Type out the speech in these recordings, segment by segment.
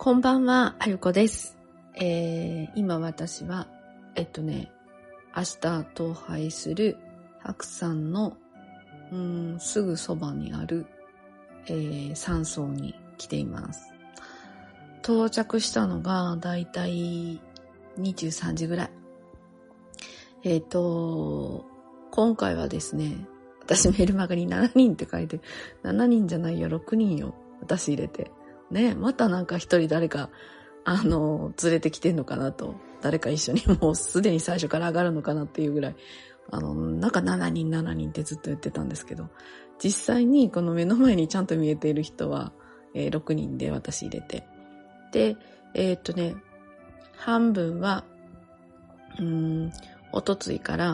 こんばんは、あゆこです。今私は、明日登拝する白山のすぐそばにある、山荘に来ています。到着したのがだいたい23時ぐらい。今回はですね、私メルマガに7人って書いて、7人じゃないよ、6人よ。私入れて。ね、またなんか一人誰か、連れてきてんのかなと。誰か一緒にもうすでに最初から上がるのかなっていうぐらい、なんか7人ってずっと言ってたんですけど、実際にこの目の前にちゃんと見えている人は、6人で私入れて。で、半分は、おとついから、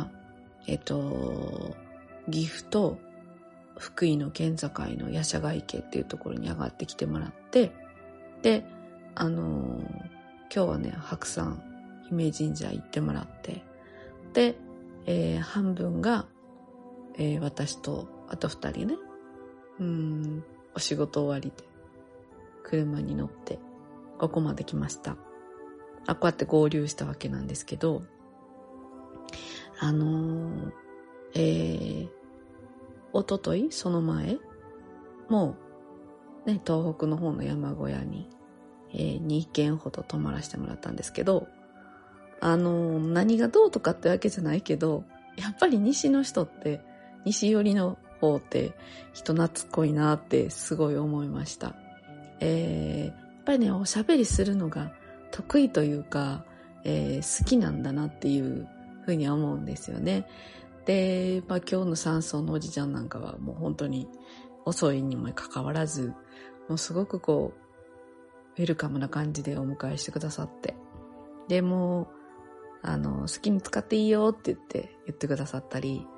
岐阜と福井の県境の八社ヶ池っていうところに上がってきてもらって、で、今日はね、白山姫神社行ってもらって、で、半分が、私とあと2人ね、お仕事終わりで車に乗ってここまで来ました。こうやって合流したわけなんですけど、おとといその前もうね、東北の方の山小屋に、2軒ほど泊まらせてもらったんですけど、何がどうとかってわけじゃないけど、やっぱり西の人って西寄りの方って人懐っこいなってすごい思いました。やっぱりね、おしゃべりするのが得意というか、好きなんだなっていうふうに思うんですよね。で、今日の山荘のおじちゃんなんかはもう本当に遅いにもかかわらず、もうすごくこうウェルカムな感じでお迎えしてくださって、でも好きに使っていいよって言ってくださったり、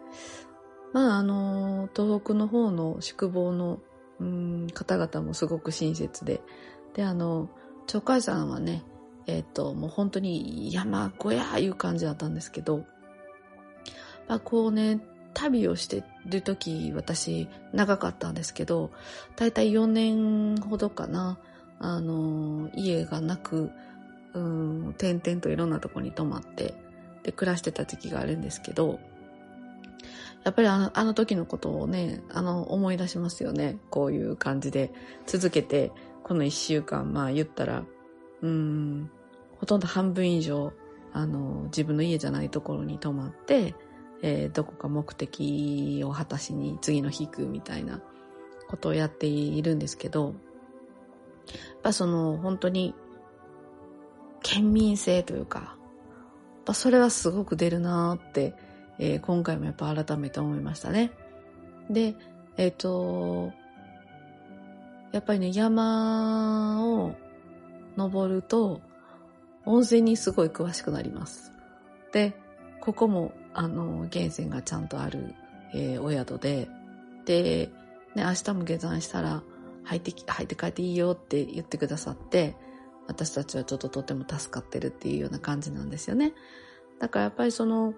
東北の方の宿坊の方々もすごく親切で、で鳥海山はね、もう本当に山小屋いう感じだったんですけど、こうね、旅をしてる時、私長かったんですけど、だいたい4年ほどかな、家がなく、転々といろんなとこに泊まってで暮らしてた時期があるんですけど、やっぱりあの時のことをね、思い出しますよね。こういう感じで続けてこの1週間、言ったらほとんど半分以上自分の家じゃないところに泊まって、どこか目的を果たしに次の日行くみたいなことをやっているんですけど、その本当に県民性というか、それはすごく出るなーって、今回もやっぱ改めて思いましたね。で、やっぱりね、山を登ると温泉にすごい詳しくなります。で、ここも源泉がちゃんとある、お宿で、で、ね、明日も下山したら入って帰っていいよって言ってくださって、私たちはちょっととても助かってるっていうような感じなんですよね。だからやっぱりその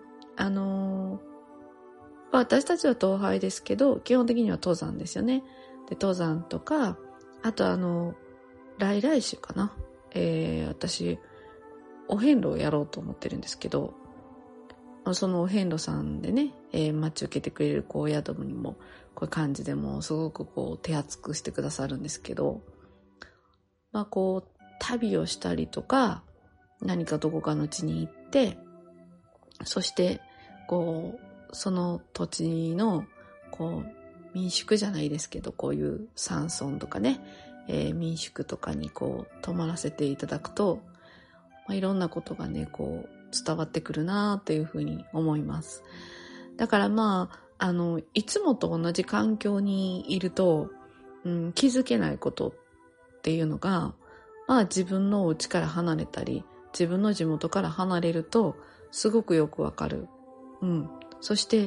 私たちは登拝ですけど、基本的には登山ですよね。で、登山とか、あと来週かな、私お遍路をやろうと思ってるんですけど、そのお遍路さんでね、待ち受けてくれるお宿にもこういう感じでもすごくこう手厚くしてくださるんですけど、こう旅をしたりとか、何かどこかの地に行って、そしてこうその土地のこう民宿じゃないですけど、こういう山村とかね、民宿とかにこう泊まらせていただくと、いろんなことがねこう伝わってくるなっていうふうに思います。だからいつもと同じ環境にいると、気づけないことっていうのが、自分のお家から離れたり、自分の地元から離れるとすごくよくわかる。そして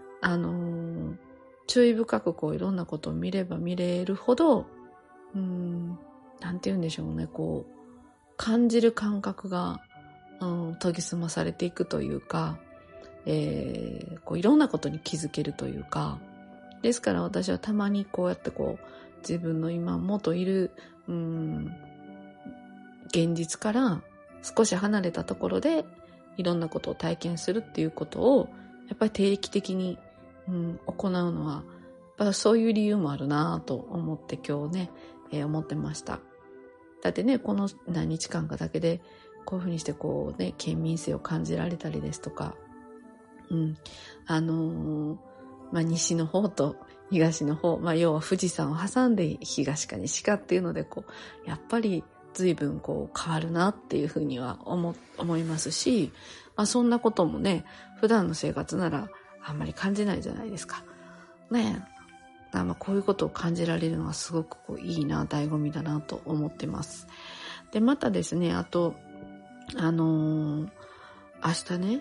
注意深くこういろんなことを見れば見れるほど、なんて言うんでしょうね、こう感じる感覚が、研ぎ澄まされていくというか、こういろんなことに気づけるというか、ですから私はたまにこうやってこう自分の今元いる現実から少し離れたところでいろんなことを体験するっていうことをやっぱり定期的に、行うのはやっぱそういう理由もあるなと思って今日ね、思ってました。だってね、この何日間かだけでこういうふうにしてこうね、県民性を感じられたりですとか、西の方と東の方、要は富士山を挟んで東か西かっていうのでやっぱり随分変わるなっていうふうには思いますし、そんなこともね、普段の生活ならあんまり感じないじゃないですか。ねえ。こういうことを感じられるのはすごくいいな、醍醐味だなと思ってます。で、またですね、あと、明日ね、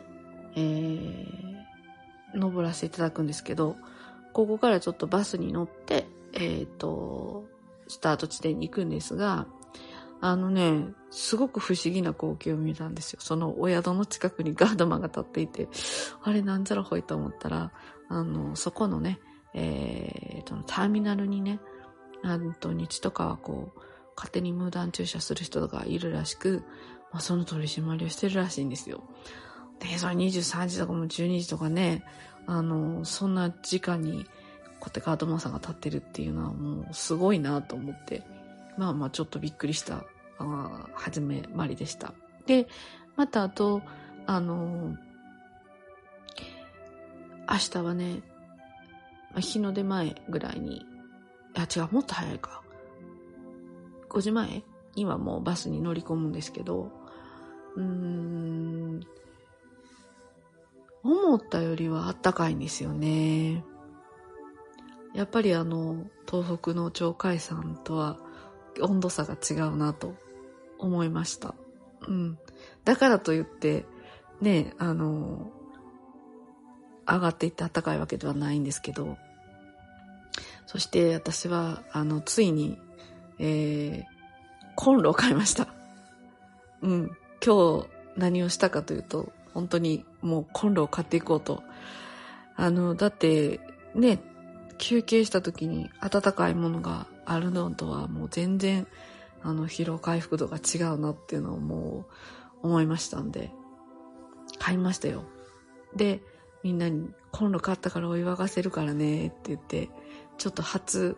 登らせていただくんですけど、ここからちょっとバスに乗って、スタート地点に行くんですが、すごく不思議な光景を見たんですよ。そのお宿の近くにガードマンが立っていて、あれなんじゃらほいと思ったら、そこのね、ターミナルにね、日とかは勝手に無断駐車する人がいるらしく、その取り締まりをしてるらしいんですよ。で、それ23時とかも12時とかね、そんな時間にこうやってガードマンさんが立ってるっていうのはもうすごいなと思って、ちょっとびっくりした始まりでした。で、またあと、明日はね、日の出前ぐらいに、もっと早いか。5時前にはもうバスに乗り込むんですけど、思ったよりは暖かいんですよね。やっぱり東北の鳥海山とは温度差が違うなと思いました。だからといってね、上がっていって暖かいわけではないんですけど、そして私はついに、コンロを買いました。今日何をしたかというと、本当にもうコンロを買っていこうと。だってね、休憩した時に温かいものがあるのとはもう全然疲労回復度が違うなっていうのをもう思いましたんで、買いましたよ。で、みんなにコンロ買ったからお湯沸かせるからねって言って、ちょっと初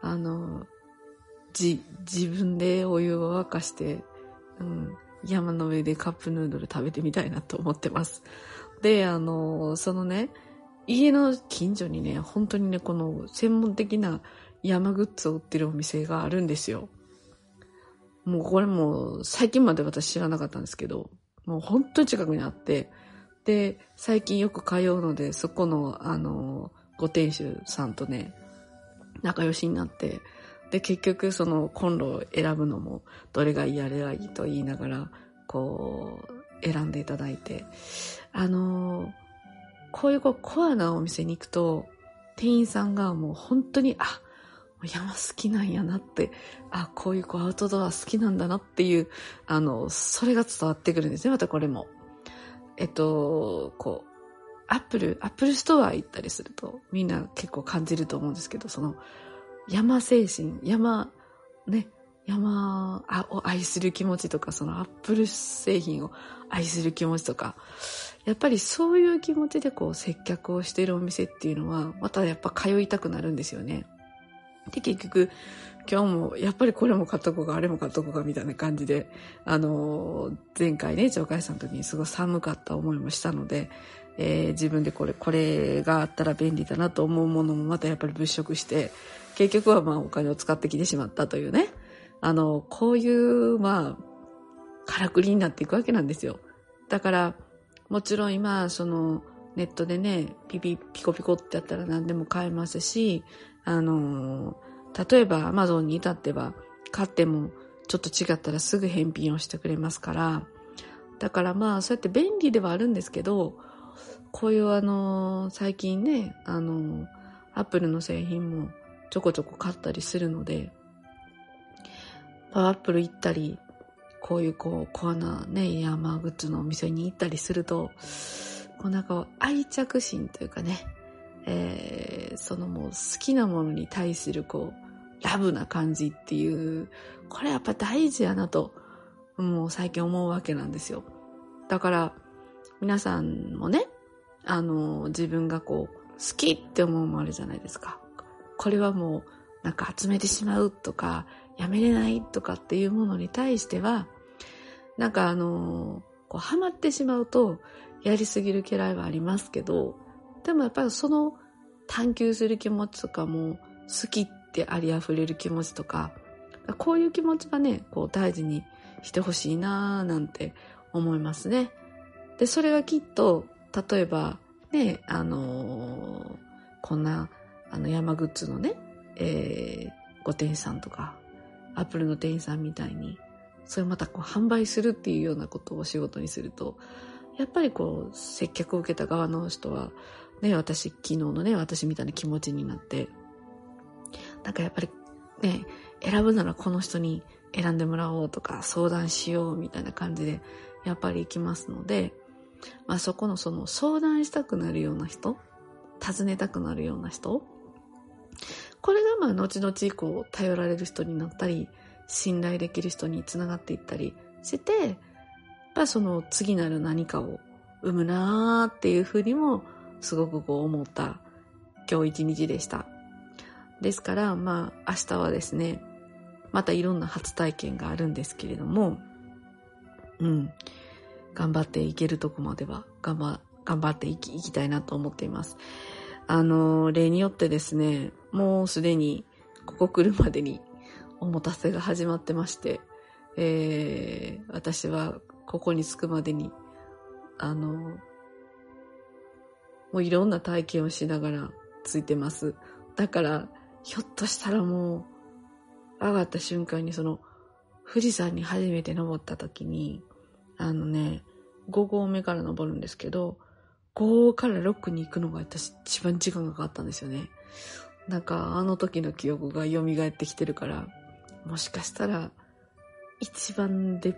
自分でお湯を沸かして、山の上でカップヌードル食べてみたいなと思ってます。で、そのね、家の近所にね、本当にね、この専門的な山グッズを売ってるお店があるんですよ。もうこれも最近まで私知らなかったんですけど、もう本当に近くにあって、で、最近よく通うので、そこのご店主さんとね、仲良しになって、で、結局そのコンロを選ぶのも、どれがいいあれがいいと言いながら、選んでいただいて、こういうコアなお店に行くと、店員さんがもう本当に、山好きなんやなって、こういうアウトドア好きなんだなっていう、それが伝わってくるんですね、またこれも。アップルストア行ったりすると、みんな結構感じると思うんですけど、その、山精神、山を愛する気持ちとか、そのアップル製品を愛する気持ちとか、やっぱりそういう気持ちで接客をしているお店っていうのは、またやっぱ通いたくなるんですよね。で、結局、今日も、やっぱりこれも買っとこうか、あれも買っとこうか、みたいな感じで、前回ね、鳥海山の時にすごい寒かった思いもしたので、自分でこれがあったら便利だなと思うものもまたやっぱり物色して、結局はお金を使ってきてしまったというね、こういう、からくりになっていくわけなんですよ。だから、もちろん今、ネットでね、ピコピコってやったら何でも買えますし、例えば Amazon に至っては、買ってもちょっと違ったらすぐ返品をしてくれますから、だからそうやって便利ではあるんですけど、こういう最近ね、Apple の製品もちょこちょこ買ったりするので、Apple 行ったり、こういうコアなね、山グッズのお店に行ったりすると、愛着心というかね、そのもう好きなものに対するラブな感じっていう、これやっぱ大事やなと、 もう最近思うわけなんですよ。だから皆さんもね、自分がこう好きって思うもあるじゃないですか。これはもうなんか集めてしまうとかやめれないとかっていうものに対しては、なんかこうハマってしまうとやりすぎる嫌いはありますけど、でもやっぱりその探求する気持ちとかも好きってありあふれる気持ちとか、こういう気持ちはね、こう大事にしてほしいなーなんて思いますね。で、それがきっと例えばね、こんな山グッズのね、ご店員さんとかアップルの店員さんみたいにそれまたこう販売するっていうようなことを仕事にすると、やっぱりこう接客を受けた側の人はね、昨日のね、私みたいな気持ちになって、なんかやっぱりね、選ぶならこの人に選んでもらおうとか相談しようみたいな感じでやっぱり行きますので、そこのその相談したくなるような人、尋ねたくなるような人、これが後々こう頼られる人になったり、信頼できる人につながっていったりして、やっぱその次なる何かを生むなーっていうふうにもすごくこう思った今日一日でした。ですから明日はですね、またいろんな初体験があるんですけれども、頑張っていけるとこまでは頑張っていきたいなと思っています。例によってですね、もうすでにここ来るまでにおもたせが始まってまして、私はここに着くまでにもういろんな体験をしながら着いてます。だからひょっとしたらもう上がった瞬間にその富士山に初めて登った時に5合目から登るんですけど、5から6に行くのが私一番時間がかかったんですよね。なんかあの時の記憶が蘇ってきてるから、もしかしたら一番出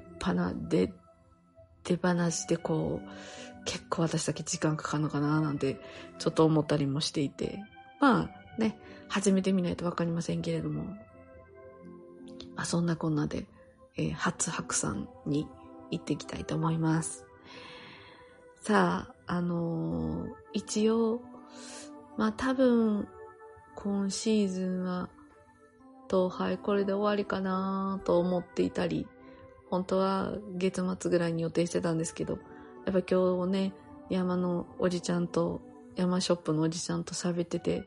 放しでこう結構私だけ時間かかるのかななんてちょっと思ったりもしていて、始めてみないとわかりませんけれども、そんなこんなで、初白山に行っていきたいと思います。さあ、一応多分今シーズンは東拝これで終わりかなと思っていたり、本当は月末ぐらいに予定してたんですけど、やっぱ今日ね、山のおじちゃんと山ショップのおじちゃんと喋ってて、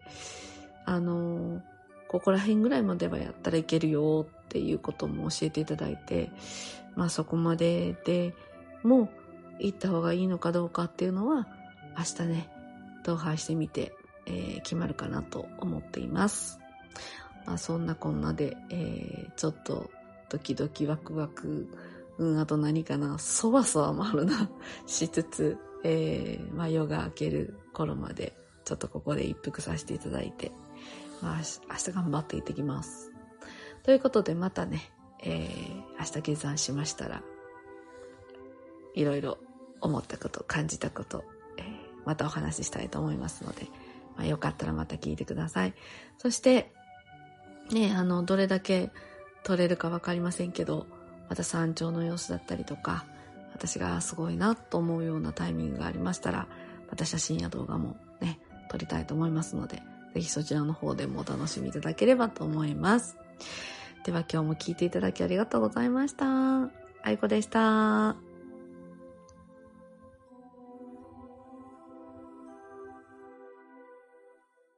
ここら辺ぐらいまではやったらいけるよっていうことも教えていただいて、そこまででも行った方がいいのかどうかっていうのは明日ね、同拝してみて、決まるかなと思っています。そんなこんなで、ちょっとドキドキワクワク、あと何かな、そわそわもあるなしつつ、夜が明ける頃までちょっとここで一服させていただいて、明日頑張って行ってきます。ということでまたね、明日下山しましたら、いろいろ思ったこと、感じたこと、またお話ししたいと思いますので、よかったらまた聞いてください。そしてね、どれだけ撮れるかわかりませんけど、また山頂の様子だったりとか、私がすごいなと思うようなタイミングがありましたら、また写真や動画もね、撮りたいと思いますので、ぜひそちらの方でもお楽しみいただければと思います。では今日も聞いていただきありがとうございました。あいこでした。